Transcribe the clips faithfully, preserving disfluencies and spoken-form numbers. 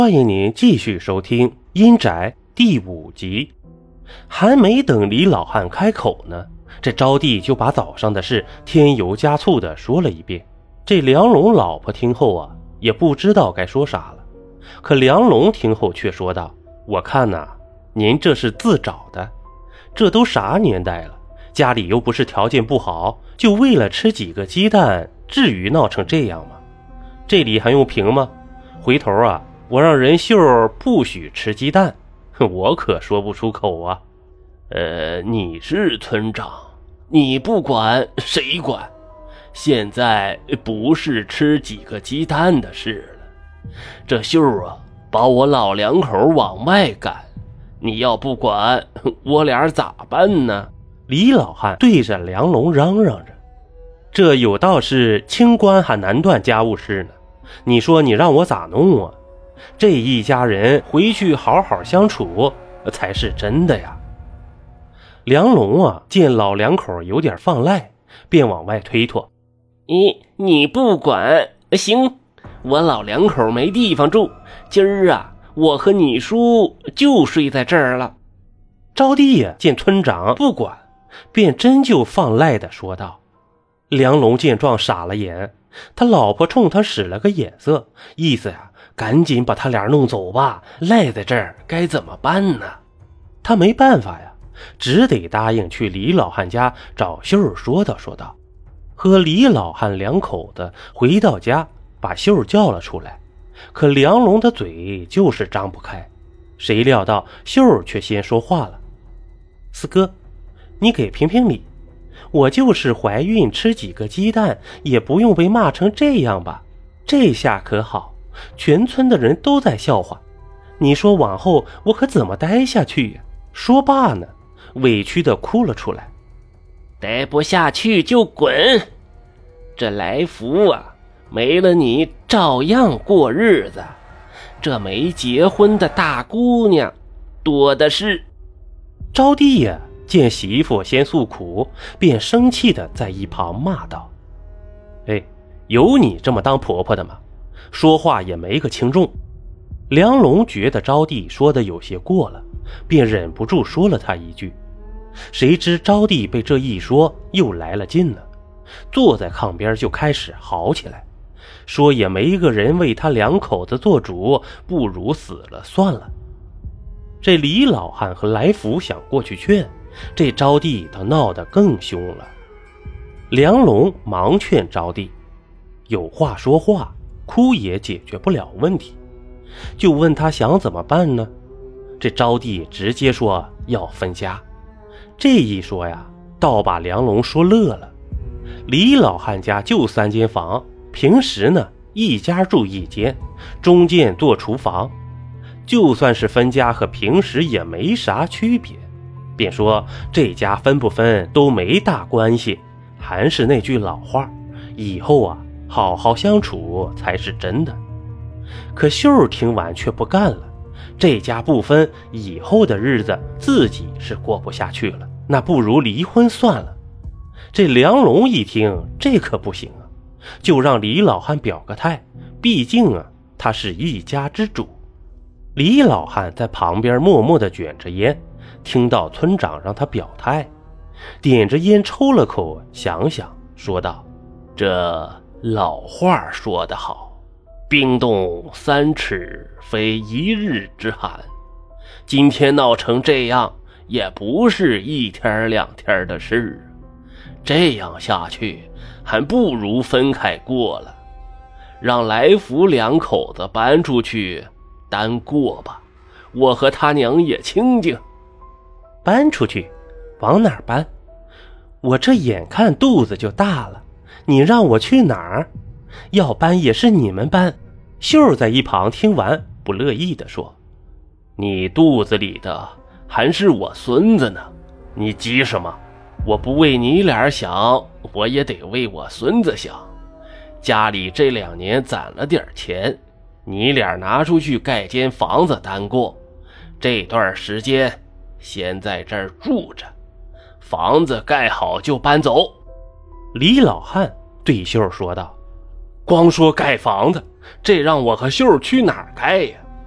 欢迎您继续收听《阴宅》第五集。还没等李老汉开口呢，这招娣就把早上的事添油加醋的说了一遍。这梁龙老婆听后啊，也不知道该说啥了。可梁龙听后却说道：我看呐、啊，您这是自找的，这都啥年代了，家里又不是条件不好，就为了吃几个鸡蛋，至于闹成这样吗？这里还用评吗？回头啊，我让任秀不许吃鸡蛋，我可说不出口啊。 呃，你是村长，你不管谁管？现在不是吃几个鸡蛋的事了。这秀啊，把我老两口往外赶，你要不管，我俩咋办呢？ 李老汉对着梁龙嚷嚷着：这有道是清官还难断家务事呢，你说你让我咋弄啊？这一家人回去好好相处才是真的呀。梁龙啊，见老两口有点放赖，便往外推脱： 你你不管行，我老两口没地方住，今儿啊，我和你叔就睡在这儿了。 招娣呀，见村长不管，便真就放赖的说道。梁龙见状傻了眼，他老婆冲他使了个眼色，意思呀，赶紧把他俩弄走吧，赖在这儿该怎么办呢？他没办法呀，只得答应去李老汉家找秀儿说道说道。和李老汉两口子回到家，把秀儿叫了出来，可梁龙的嘴就是张不开。谁料到秀儿却先说话了：四哥，你给评评理，我就是怀孕吃几个鸡蛋，也不用被骂成这样吧？这下可好，全村的人都在笑话，你说往后我可怎么待下去呀？说罢呢，委屈地哭了出来。 待不下去就滚，这来福啊，没了你照样过日子，这没结婚的大姑娘多的是。 招娣呀，见媳妇先诉苦，便生气地在一旁骂道：哎，有你这么当婆婆的吗？说话也没个轻重。梁龙觉得招娣说的有些过了，便忍不住说了她一句。谁知招娣被这一说又来了劲了，坐在炕边就开始嚎起来，说也没个人为他两口子做主，不如死了算了。这李老汉和来福想过去劝，这招娣倒闹得更凶了。梁龙忙劝招娣，有话说话，哭也解决不了问题，就问他想怎么办呢？这招娣直接说要分家。这一说呀，倒把梁龙说乐了。李老汉家就三间房，平时呢一家住一间，中间做厨房，就算是分家和平时也没啥区别，便说这家分不分都没大关系，还是那句老话，以后啊好好相处才是真的。可秀儿听完却不干了，这家不分，以后的日子自己是过不下去了，那不如离婚算了。这梁龙一听，这可不行啊，就让李老汉表个态，毕竟啊他是一家之主。李老汉在旁边默默地卷着烟，听到村长让他表态，点着烟抽了口，想想说道： 这老话说得好，冰冻三尺非一日之寒，今天闹成这样也不是一天两天的事，这样下去还不如分开过了，让来福两口子搬出去单过吧，我和他娘也清静。 搬出去？往哪儿搬？我这眼看肚子就大了，你让我去哪儿？要搬也是你们搬。秀儿在一旁听完不乐意地说： 你肚子里的还是我孙子呢，你急什么？我不为你俩想，我也得为我孙子想。家里这两年攒了点钱，你俩拿出去盖间房子单过，这段时间先在这儿住着，房子盖好就搬走。 李老汉对秀儿说道： 光说盖房子，这让我和秀儿去哪儿盖呀？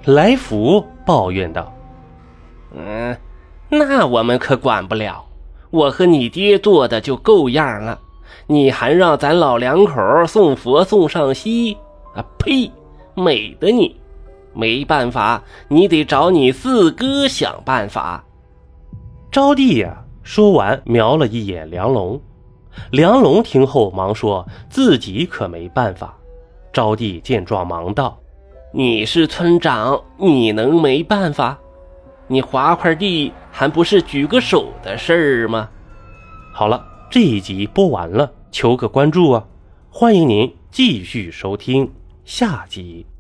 来福抱怨道： 嗯，那我们可管不了，我和你爹做的就够样了，你还让咱老两口送佛送上西啊？呸，美的你！没办法，你得找你四哥想办法。 招娣呀、啊，说完瞄了一眼梁龙。梁龙听后忙说自己可没办法。招娣见状忙道： 你是村长，你能没办法？你划块地还不是举个手的事儿吗？ 好了，这一集播完了，求个关注啊！欢迎您继续收听下集。